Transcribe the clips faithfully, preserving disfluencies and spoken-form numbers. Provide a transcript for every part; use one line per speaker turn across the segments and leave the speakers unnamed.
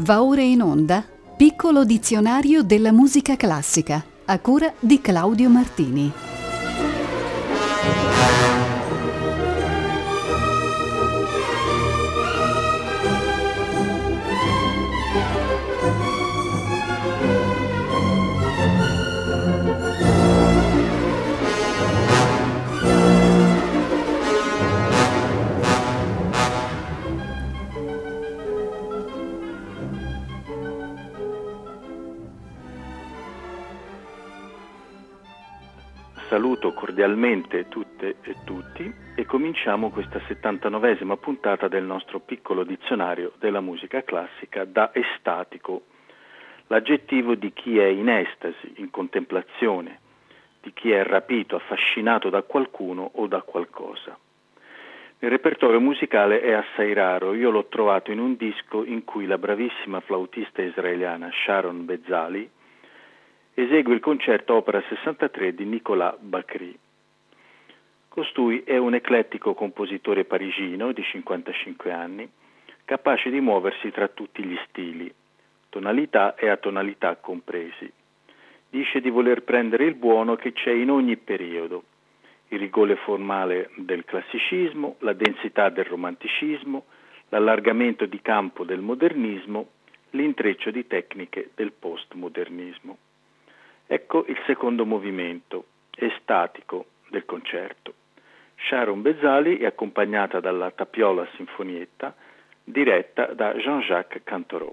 Va ora in onda Piccolo dizionario della musica classica, a cura di Claudio Martini.
Saluto cordialmente tutte e tutti e cominciamo questa settantanovesima puntata del nostro piccolo dizionario della musica classica da estatico, l'aggettivo di chi è in estasi, in contemplazione, di chi è rapito, affascinato da qualcuno o da qualcosa. Il repertorio musicale è assai raro, io l'ho trovato in un disco in cui la bravissima flautista israeliana Sharon Bezzali esegue il concerto opera sessantatré di Nicolas Bacri. Costui è un eclettico compositore parigino di cinquantacinque anni, capace di muoversi tra tutti gli stili, tonalità e atonalità compresi. Dice di voler prendere il buono che c'è in ogni periodo, il rigore formale del classicismo, la densità del romanticismo, l'allargamento di campo del modernismo, l'intreccio di tecniche del postmodernismo. Ecco il secondo movimento, estatico, del concerto. Sharon Bezzali è accompagnata dalla Tapiola Sinfonietta, diretta da Jean-Jacques Cantoreau.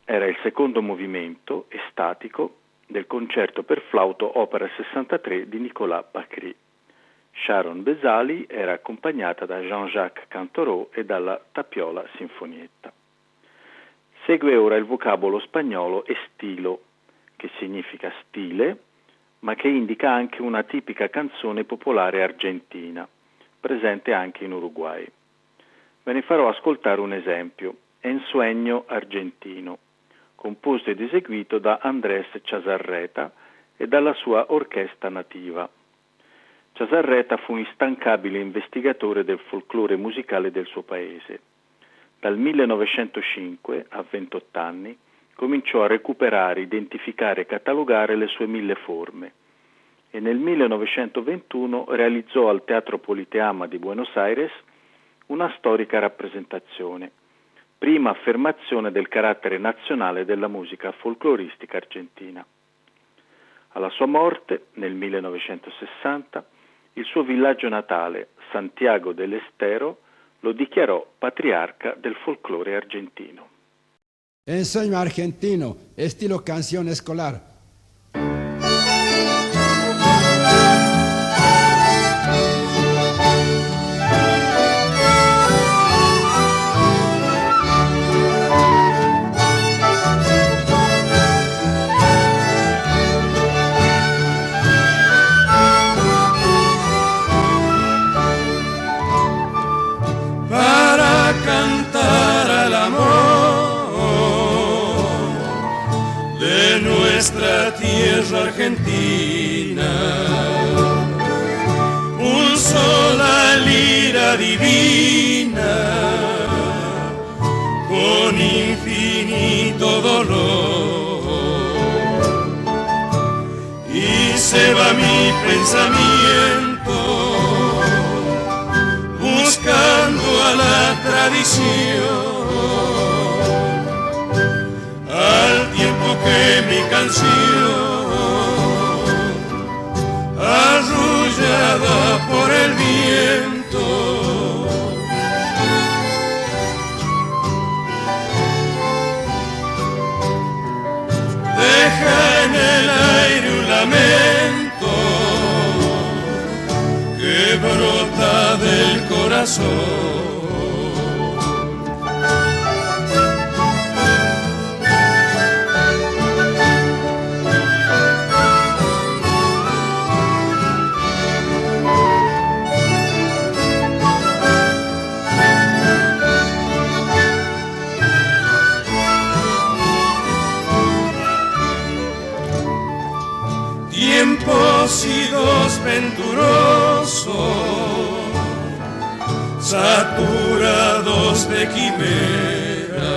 era il secondo movimento estatico del concerto per flauto opera sessantatré di Nicolas Bacri. Sharon Besali era accompagnata da Jean-Jacques Cantoreau e dalla Tapiola Sinfonietta. Segue ora il vocabolo spagnolo estilo, che significa stile, ma che indica anche una tipica canzone popolare argentina, presente anche in Uruguay. Ve ne farò ascoltare un esempio, Ensueño argentino, composto ed eseguito da Andrés Chazarreta e dalla sua orchestra nativa. Chazarreta fu un instancabile investigatore del folklore musicale del suo paese. Dal millenovecentocinque, a ventotto anni, cominciò a recuperare, identificare e catalogare le sue mille forme e nel millenovecentoventuno realizzò al Teatro Politeama di Buenos Aires una storica rappresentazione, prima affermazione del carattere nazionale della musica folcloristica argentina. Alla sua morte, nel millenovecentosessanta, il suo villaggio natale, Santiago del Estero, lo dichiarò patriarca del folklore argentino.
Ensueño argentino, estilo canción escolar.
Nuestra tierra argentina, pulsó la lira divina con infinito dolor y se va mi pensamiento buscando a la tradición, al tiempo que mi canción, arrullada por el viento, deja en el aire un lamento que brota del corazón. Tiempos idos venturosos, saturados de quimera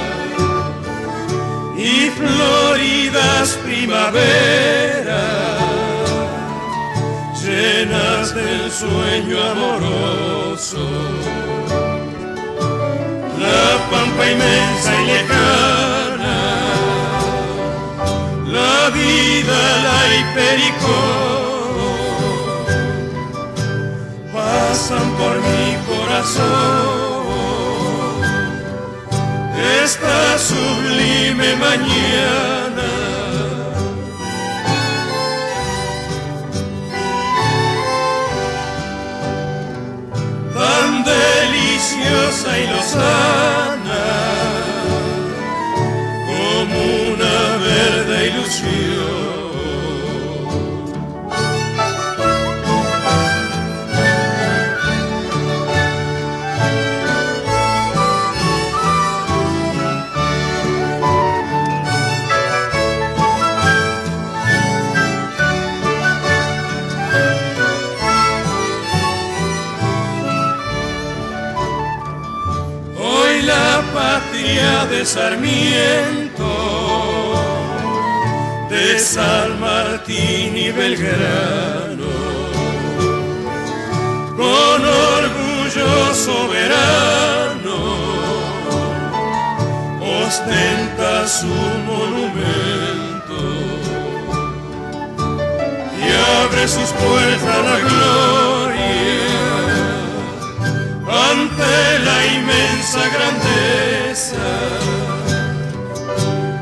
y floridas primaveras, llenas del sueño amoroso. La pampa inmensa y lejana, la vida, la hipericó, pasan por mi corazón esta sublime mañana. Tan deliciosa y lozana como una verde ilusión. Hoy la patria de Sarmiento, de San Martín y Belgrano, con orgullo soberano, ostenta su monumento y abre sus puertas a la gloria ante la inmensa grandeza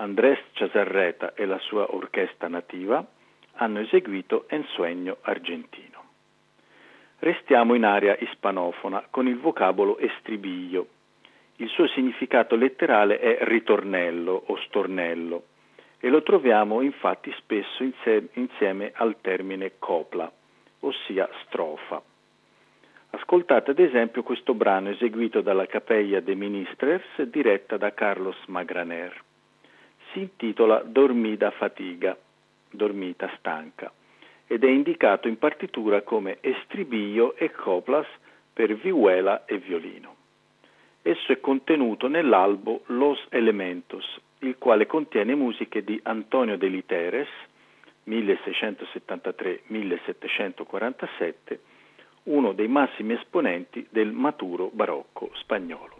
Andrés Chazarreta e la sua orchestra nativa hanno eseguito Ensueño argentino. Restiamo in area ispanofona con il vocabolo estribillo. Il suo significato letterale è ritornello o stornello e lo troviamo infatti spesso insieme al termine copla, ossia strofa. Ascoltate ad esempio questo brano eseguito dalla Capella de Ministrers diretta da Carlos Magraner. Si intitola Dormida Fatiga, dormita stanca, ed è indicato in partitura come estribillo e coplas per vihuela e violino. Esso è contenuto nell'albo Los Elementos, il quale contiene musiche di Antonio de Literes, milleseicentosettantatré millesettecentoquarantasette, uno dei massimi esponenti del maturo barocco spagnolo.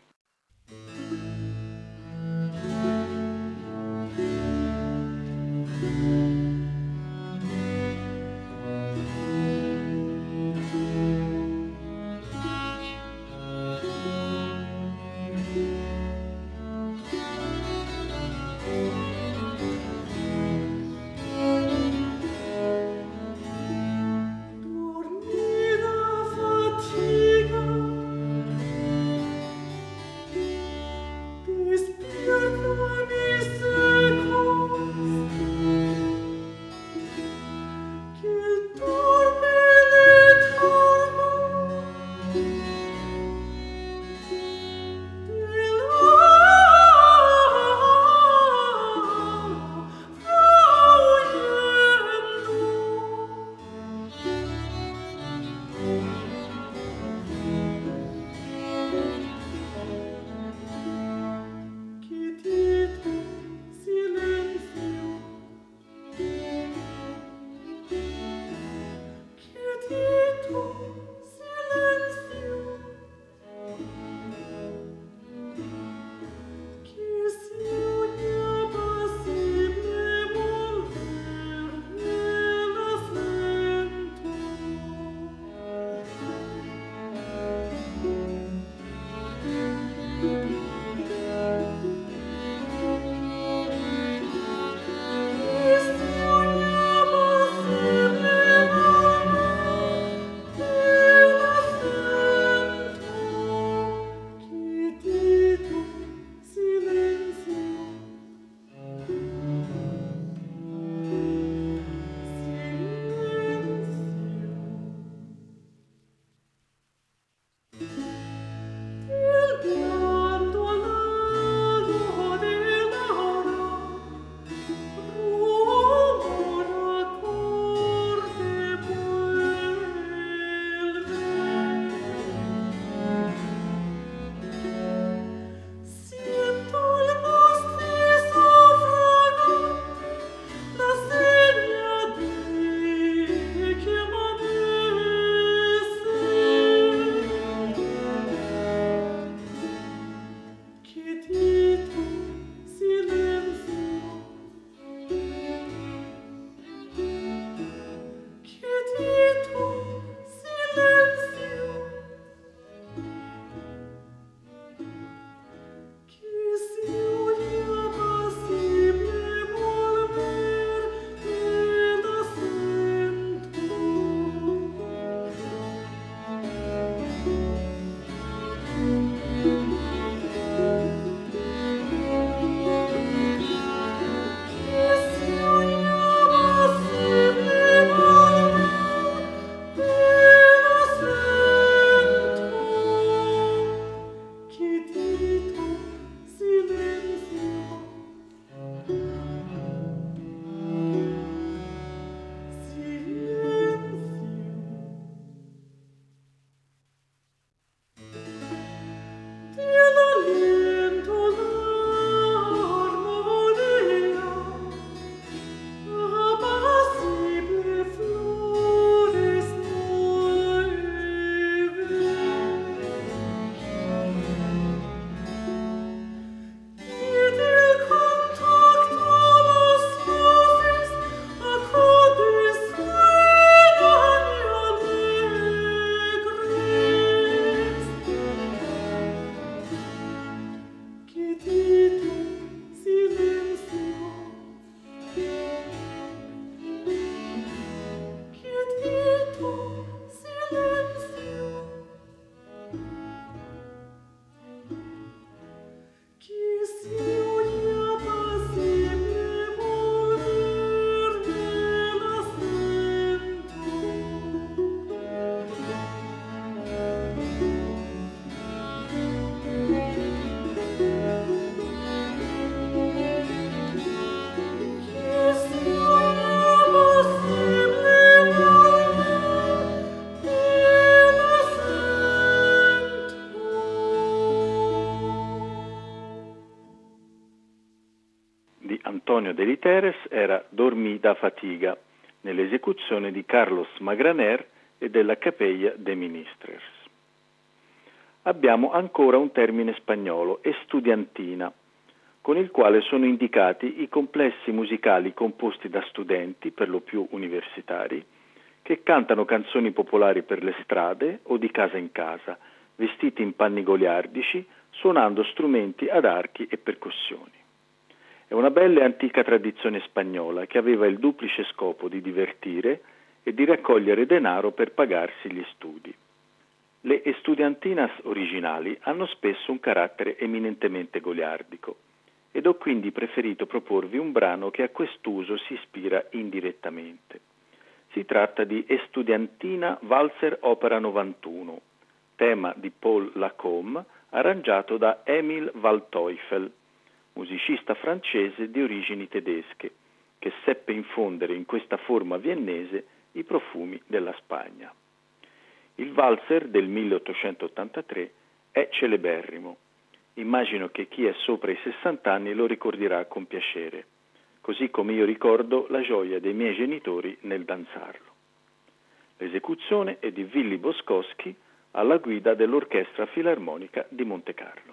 Antonio de Literes era Dormì da fatiga, nell'esecuzione di Carlos Magraner e della Capella de Ministres. Abbiamo ancora un termine spagnolo, estudiantina, con il quale sono indicati i complessi musicali composti da studenti, per lo più universitari, che cantano canzoni popolari per le strade o di casa in casa, vestiti in panni goliardici, suonando strumenti ad archi e percussioni. È una bella e antica tradizione spagnola che aveva il duplice scopo di divertire e di raccogliere denaro per pagarsi gli studi. Le estudiantinas originali hanno spesso un carattere eminentemente goliardico ed ho quindi preferito proporvi un brano che a quest'uso si ispira indirettamente. Si tratta di Estudiantina Walzer Opera novantuno, tema di Paul Lacombe, arrangiato da Emil Waldteufel, musicista francese di origini tedesche, che seppe infondere in questa forma viennese i profumi della Spagna. Il valzer del milleottocentottantatré è celeberrimo. Immagino che chi è sopra i sessanta anni lo ricorderà con piacere, così come io ricordo la gioia dei miei genitori nel danzarlo. L'esecuzione è di Willy Boskowski alla guida dell'Orchestra Filarmonica di Montecarlo.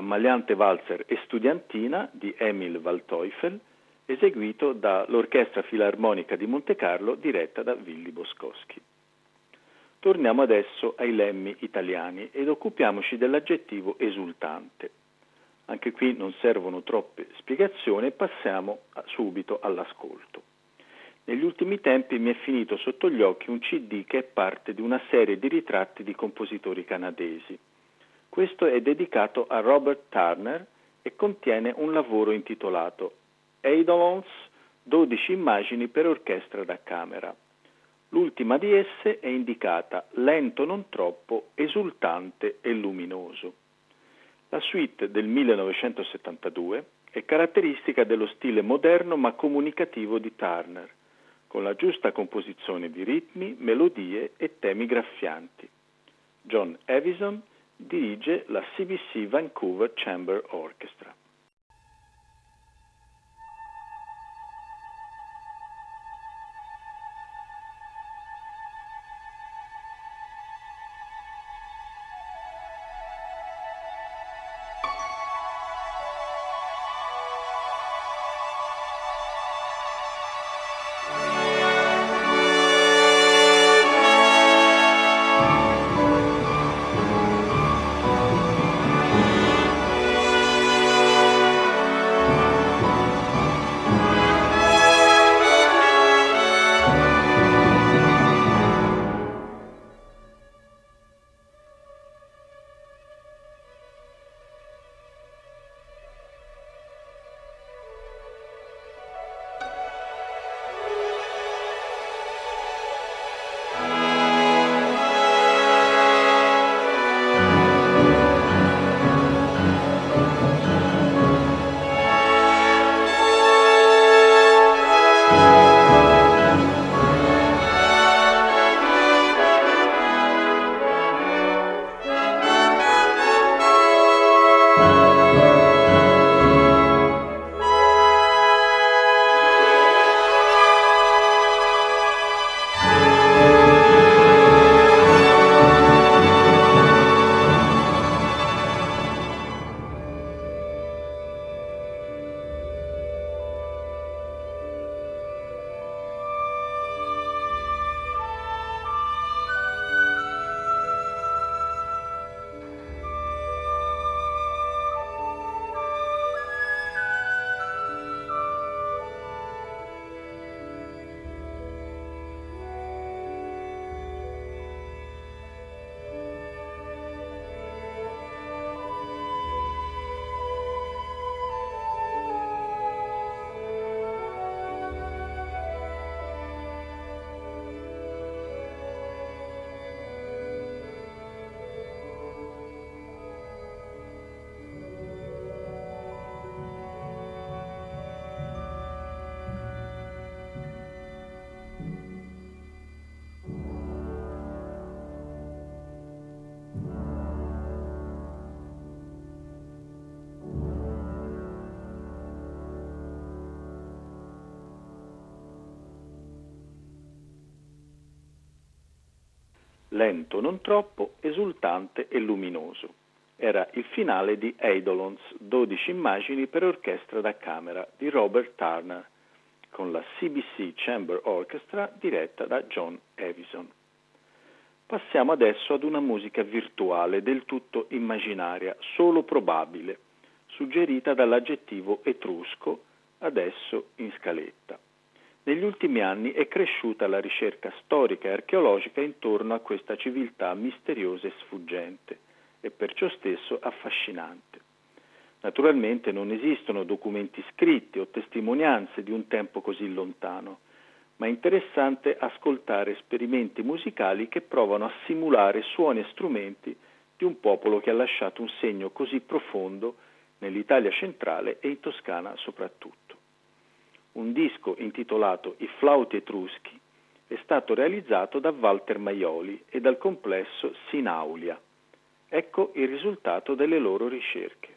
ammaliante valzer Estudiantina di Emil Waldteufel, eseguito dall'Orchestra Filarmonica di Montecarlo diretta da Willy Boscoschi. Torniamo adesso ai lemmi italiani ed occupiamoci dell'aggettivo esultante. Anche qui non servono troppe spiegazioni e passiamo subito all'ascolto. Negli ultimi tempi mi è finito sotto gli occhi un C D che è parte di una serie di ritratti di compositori canadesi. Questo è dedicato a Robert Turner e contiene un lavoro intitolato Eidolons, dodici immagini per orchestra da camera. L'ultima di esse è indicata lento non troppo, esultante e luminoso. La suite del millenovecentosettantadue è caratteristica dello stile moderno ma comunicativo di Turner, con la giusta composizione di ritmi, melodie e temi graffianti. John Avison dirige la C B C Vancouver Chamber Orchestra. Lento non troppo, esultante e luminoso. Era il finale di Eidolons, dodici immagini per orchestra da camera di Robert Turner, con la C B C Chamber Orchestra diretta da John Avison. Passiamo adesso ad una musica virtuale del tutto immaginaria, solo probabile, suggerita dall'aggettivo etrusco, adesso in scaletta. Negli ultimi anni è cresciuta la ricerca storica e archeologica intorno a questa civiltà misteriosa e sfuggente, e perciò stesso affascinante. Naturalmente non esistono documenti scritti o testimonianze di un tempo così lontano, ma è interessante ascoltare esperimenti musicali che provano a simulare suoni e strumenti di un popolo che ha lasciato un segno così profondo nell'Italia centrale e in Toscana soprattutto. Un disco intitolato I flauti etruschi è stato realizzato da Walter Maioli e dal complesso Sinaulia. Ecco il risultato delle loro ricerche.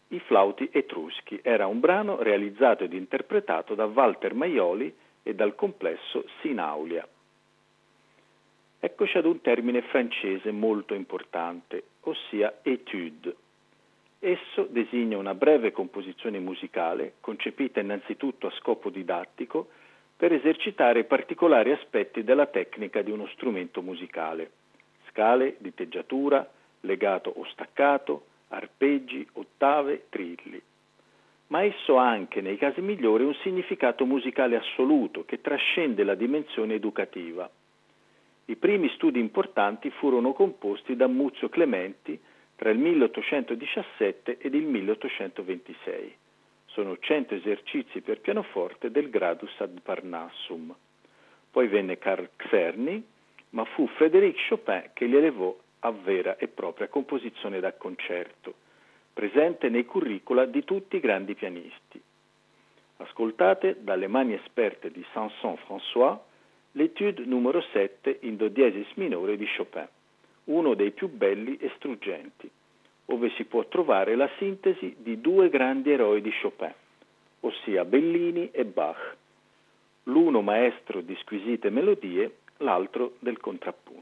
I flauti etruschi. Era un brano realizzato ed interpretato da Walter Maioli e dal complesso Sinaulia. Eccoci ad un termine francese molto importante, ossia étude. Esso designa una breve composizione musicale, concepita innanzitutto a scopo didattico, per esercitare particolari aspetti della tecnica di uno strumento musicale: scale, diteggiatura, legato o staccato, arpeggi, ottave, trilli. Ma esso ha anche, nei casi migliori, un significato musicale assoluto che trascende la dimensione educativa. I primi studi importanti furono composti da Muzio Clementi tra il milleottocentodiciassette ed il milleottocentoventisei. Sono cento esercizi per pianoforte del Gradus ad Parnassum. Poi venne Carl Czerny, ma fu Frédéric Chopin che li elevò a vera e propria composizione da concerto, presente nei curricula di tutti i grandi pianisti. Ascoltate dalle mani esperte di Sanson-François l'Étude numero sette in do diesis minore di Chopin, uno dei più belli e struggenti, ove si può trovare la sintesi di due grandi eroi di Chopin, ossia Bellini e Bach, l'uno maestro di squisite melodie, l'altro del contrappunto.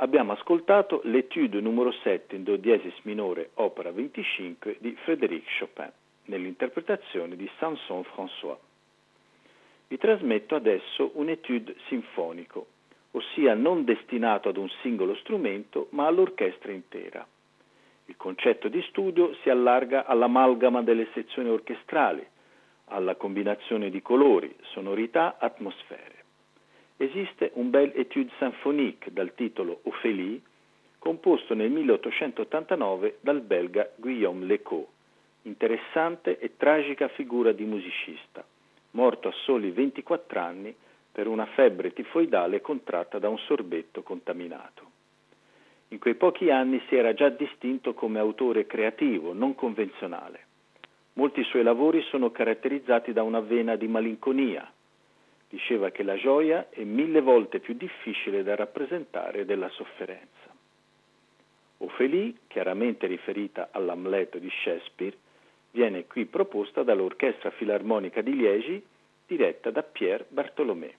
abbiamo ascoltato l'Étude numero sette in do diesis minore, opera venticinque di Frédéric Chopin, nell'interpretazione di Sanson-François. Vi trasmetto adesso un Étude sinfonico, ossia non destinato ad un singolo strumento, ma all'orchestra intera. Il concetto di studio si allarga all'amalgama delle sezioni orchestrali, alla combinazione di colori, sonorità, atmosfere. Esiste un bel étude symphonique dal titolo Ophélie, composto nel milleottocentottantanove dal belga Guillaume Lecaux, interessante e tragica figura di musicista, morto a soli ventiquattro anni per una febbre tifoidale contratta da un sorbetto contaminato. In quei pochi anni si era già distinto come autore creativo, non convenzionale. Molti suoi lavori sono caratterizzati da una vena di malinconia. Diceva che la gioia è mille volte più difficile da rappresentare della sofferenza. Ophélie, chiaramente riferita all'Hamlet di Shakespeare, viene qui proposta dall'Orchestra Filarmonica di Liegi, diretta da Pierre Bartholomé.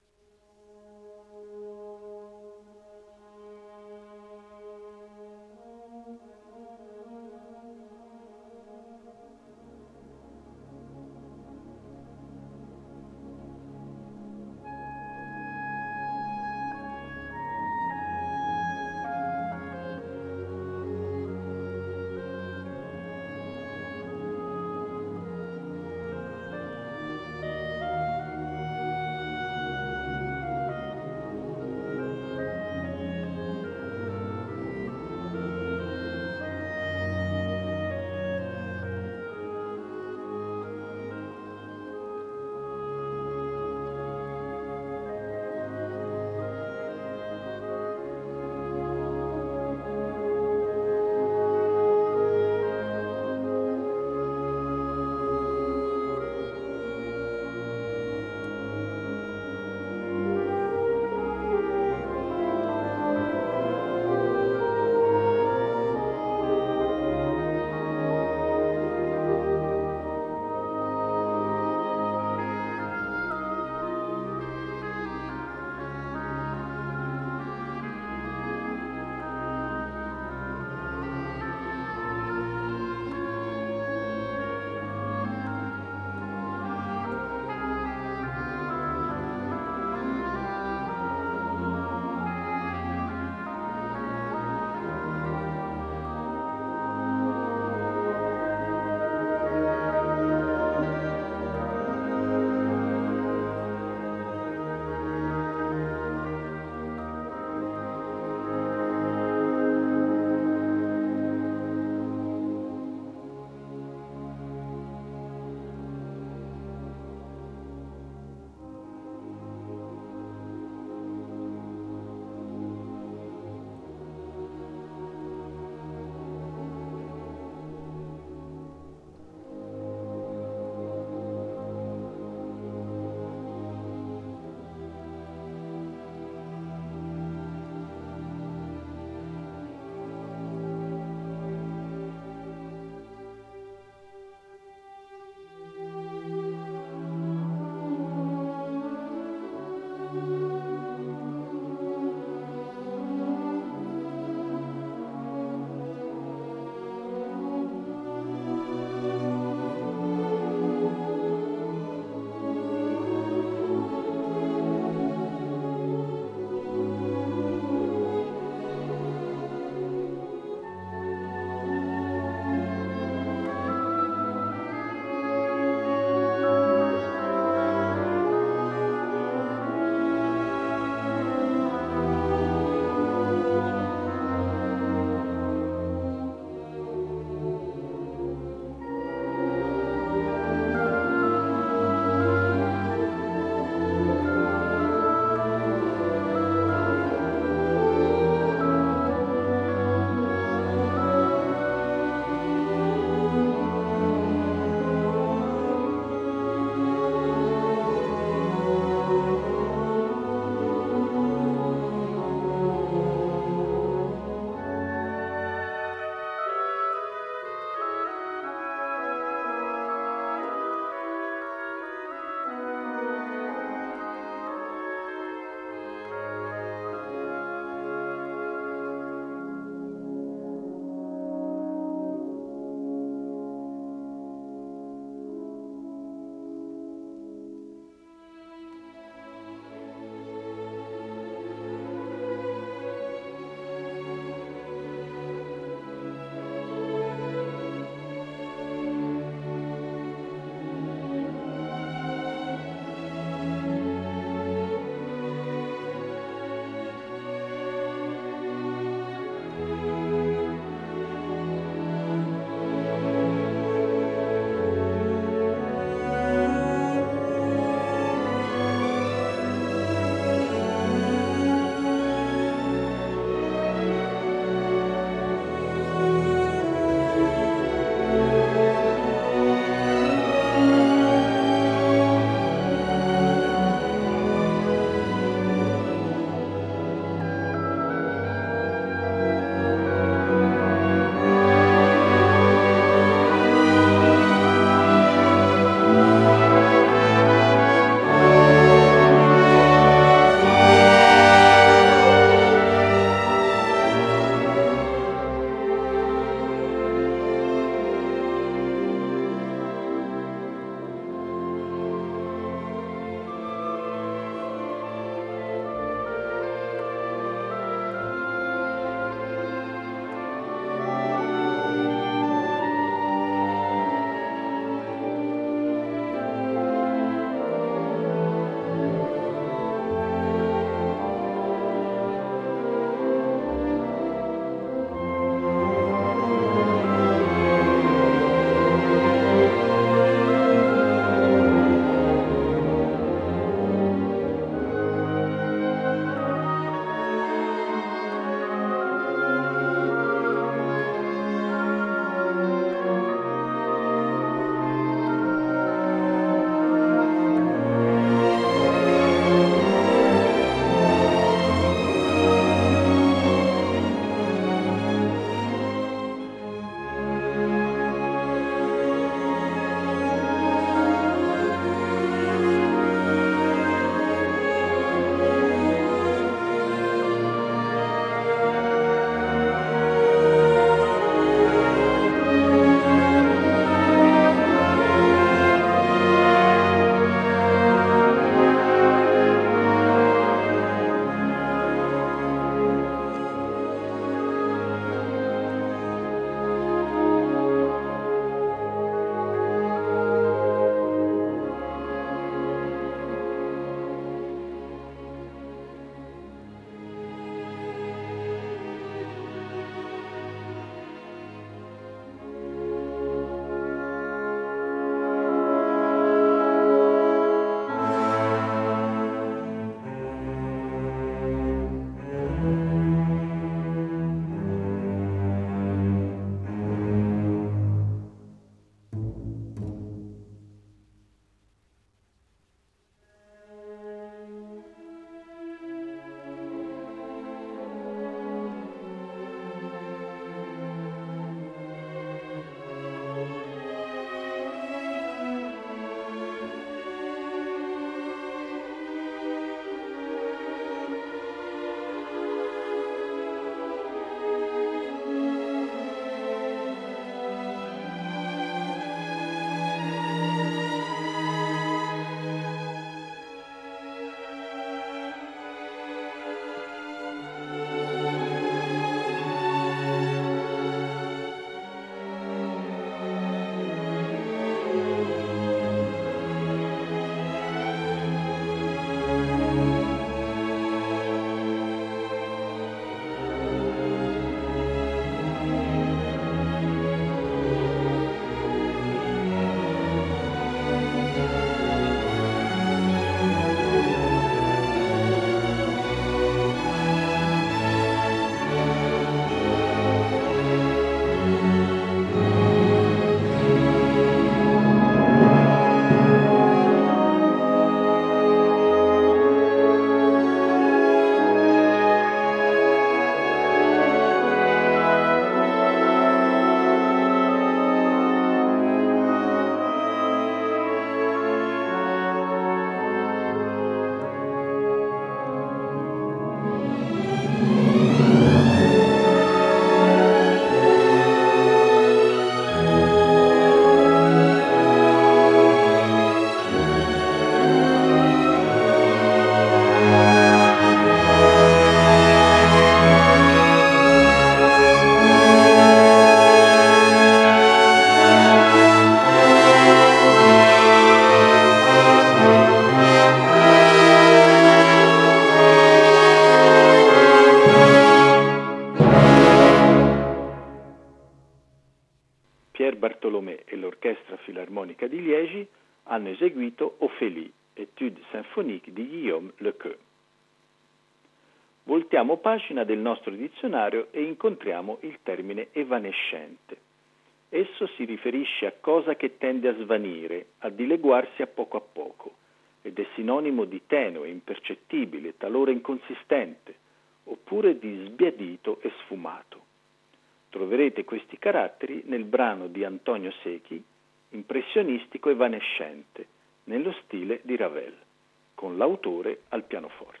Pierre Bartholomé e l'Orchestra Filarmonica di Liegi hanno eseguito Ophélie, Étude symphonique di Guillaume Lequeux. Voltiamo pagina del nostro dizionario e incontriamo il termine evanescente. Esso si riferisce a cosa che tende a svanire, a dileguarsi a poco a poco, ed è sinonimo di tenue, impercettibile, talora inconsistente, oppure di sbiadito e sfumato. Troverete questi caratteri nel brano di Antonio Secchi, Impressionistico evanescente, nello stile di Ravel, con l'autore al pianoforte.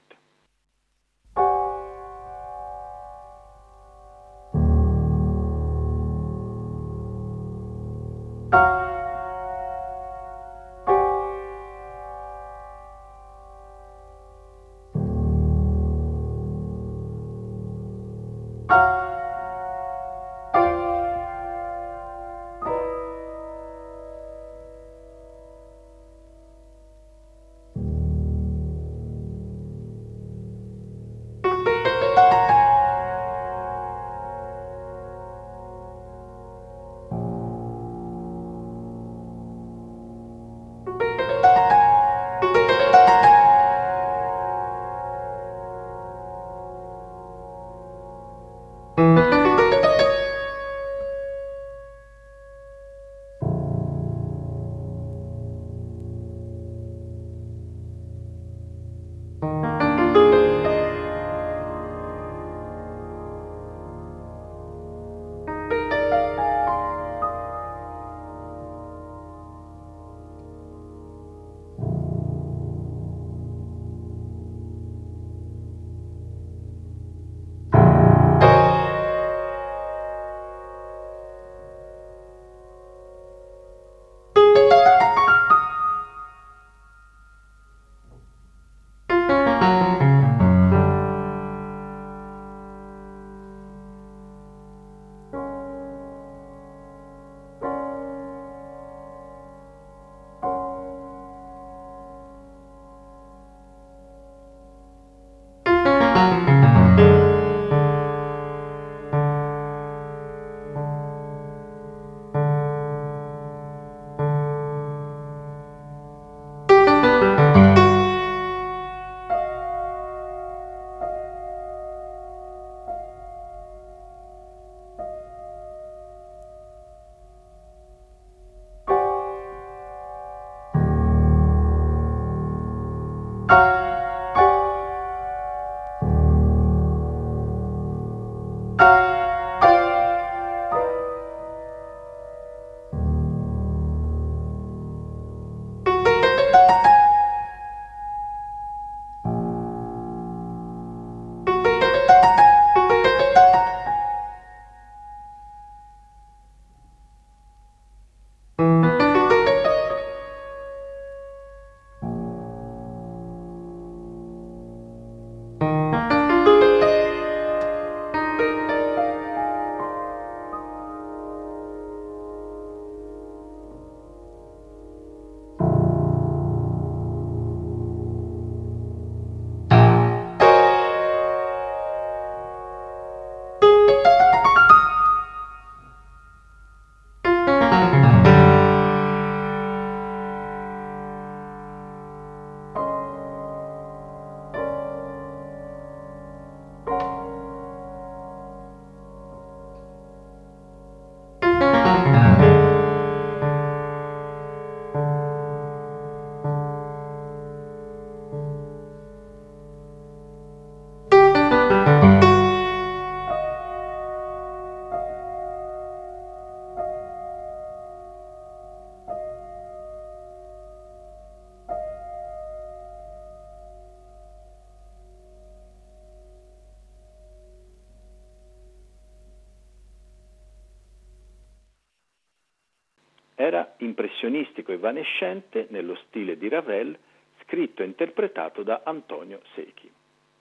Era impressionistico evanescente nello stile di Ravel, scritto e interpretato da Antonio Secchi.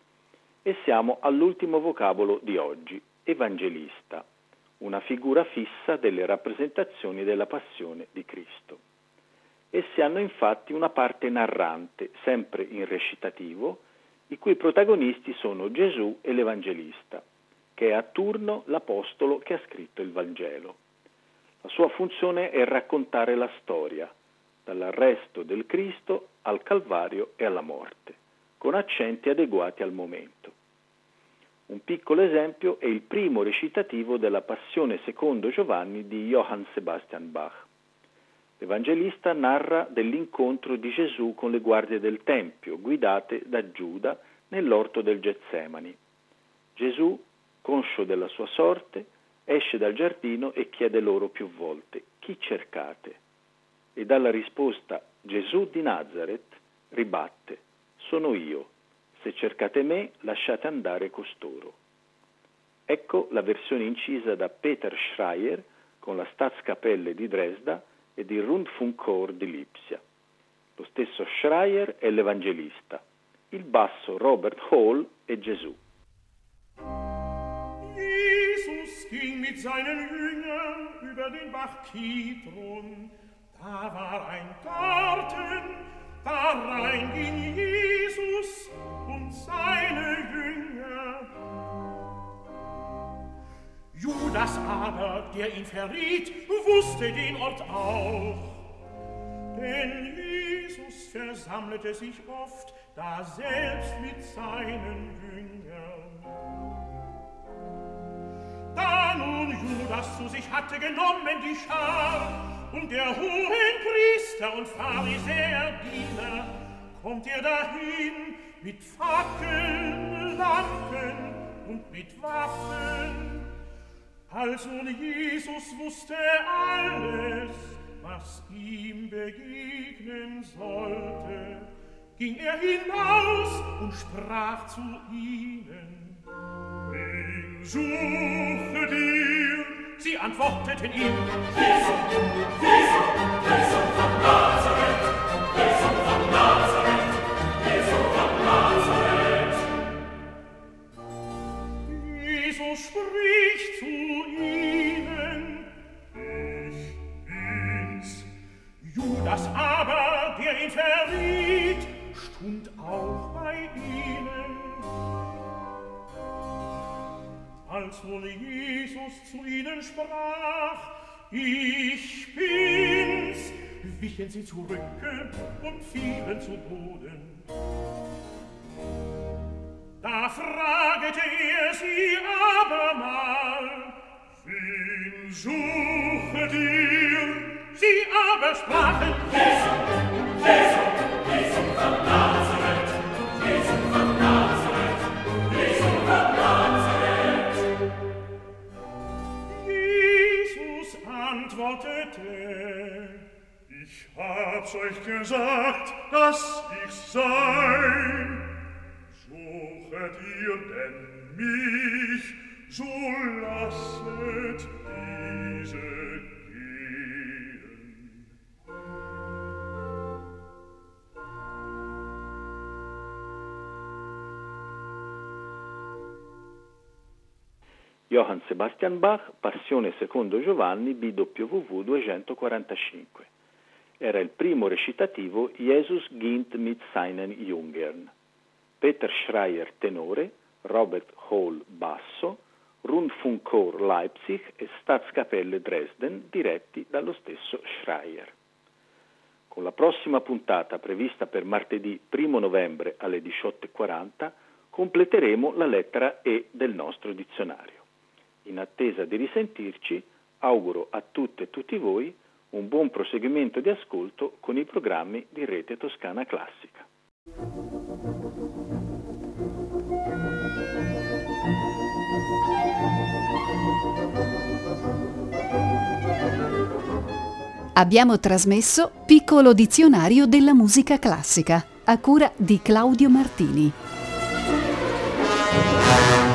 E siamo all'ultimo vocabolo di oggi, evangelista, una figura fissa delle rappresentazioni della passione di Cristo. Essi hanno infatti una parte narrante, sempre in recitativo, i cui protagonisti sono Gesù e l'Evangelista, che è a turno l'apostolo che ha scritto il Vangelo. La sua funzione è raccontare la storia, dall'arresto del Cristo al Calvario e alla morte, con accenti adeguati al momento. Un piccolo esempio è il primo recitativo della Passione secondo Giovanni di Johann Sebastian Bach. L'Evangelista narra dell'incontro di Gesù con le guardie del Tempio, guidate da Giuda nell'orto del Getsemani. Gesù, conscio della sua sorte, esce dal giardino e chiede loro più volte: chi cercate? E dalla risposta Gesù di Nazaret ribatte: sono io, se cercate me lasciate andare costoro. Ecco la versione incisa da Peter Schreier con la Staatskapelle di Dresda e il Rundfunkchor di Lipsia. Lo stesso Schreier è l'Evangelista, il basso Robert Hall è Gesù.
Jesus ging mit seinen Jüngern über den Bach Kidron. Da war ein Garten, darein ging Jesus und seine Jünger. Judas aber, der ihn verriet, wusste den Ort auch. Denn Jesus versammelte sich oft, da selbst mit seinen Jüngern. Da nun Judas zu sich hatte genommen die Schar, und der Hohenpriester und Pharisäer Diener, kommt er dahin mit Fackeln, Lampen und mit Waffen. Als nun Jesus wusste alles, was ihm begegnen sollte, ging er hinaus und sprach zu ihnen: Wen suchet ihr? Sie antworteten ihm: Jesus, Jesus, Jesus von Nazareth, Jesus von Nazareth, Jesus von Nazareth. Jesus spricht zu ihnen: Ich bin's. Judas aber, der ihn verriet, stund auch bei ihnen. Als nun Jesus zu ihnen sprach: Ich bin's, wichen sie zurück und fielen zu Boden. Da fragete er sie abermal: Wen suchet ihr? Sie aber sprachen: Jesus, Jesus, Jesus von Nazareth, Jesus von Nazareth, Jesus von Nazareth. Jesus antwortete: Ich hab's euch gesagt, dass ich sei. Suchet ihr denn mich, so lasset diese gehen.
Johann Sebastian Bach, Passione secondo Giovanni, B W V duecentoquarantacinque. Era il primo recitativo Jesus ging mit seinen Jüngern. Peter Schreier tenore, Robert Hall basso, Rundfunkchor Leipzig e Staatskapelle Dresden diretti dallo stesso Schreier. Con la prossima puntata prevista per martedì primo novembre alle diciotto e quaranta completeremo la lettera E del nostro dizionario. In attesa di risentirci, auguro a tutte e tutti voi un buon proseguimento di ascolto con i programmi di Rete Toscana Classica.
Abbiamo trasmesso Piccolo dizionario della musica classica, a cura di Claudio Martini.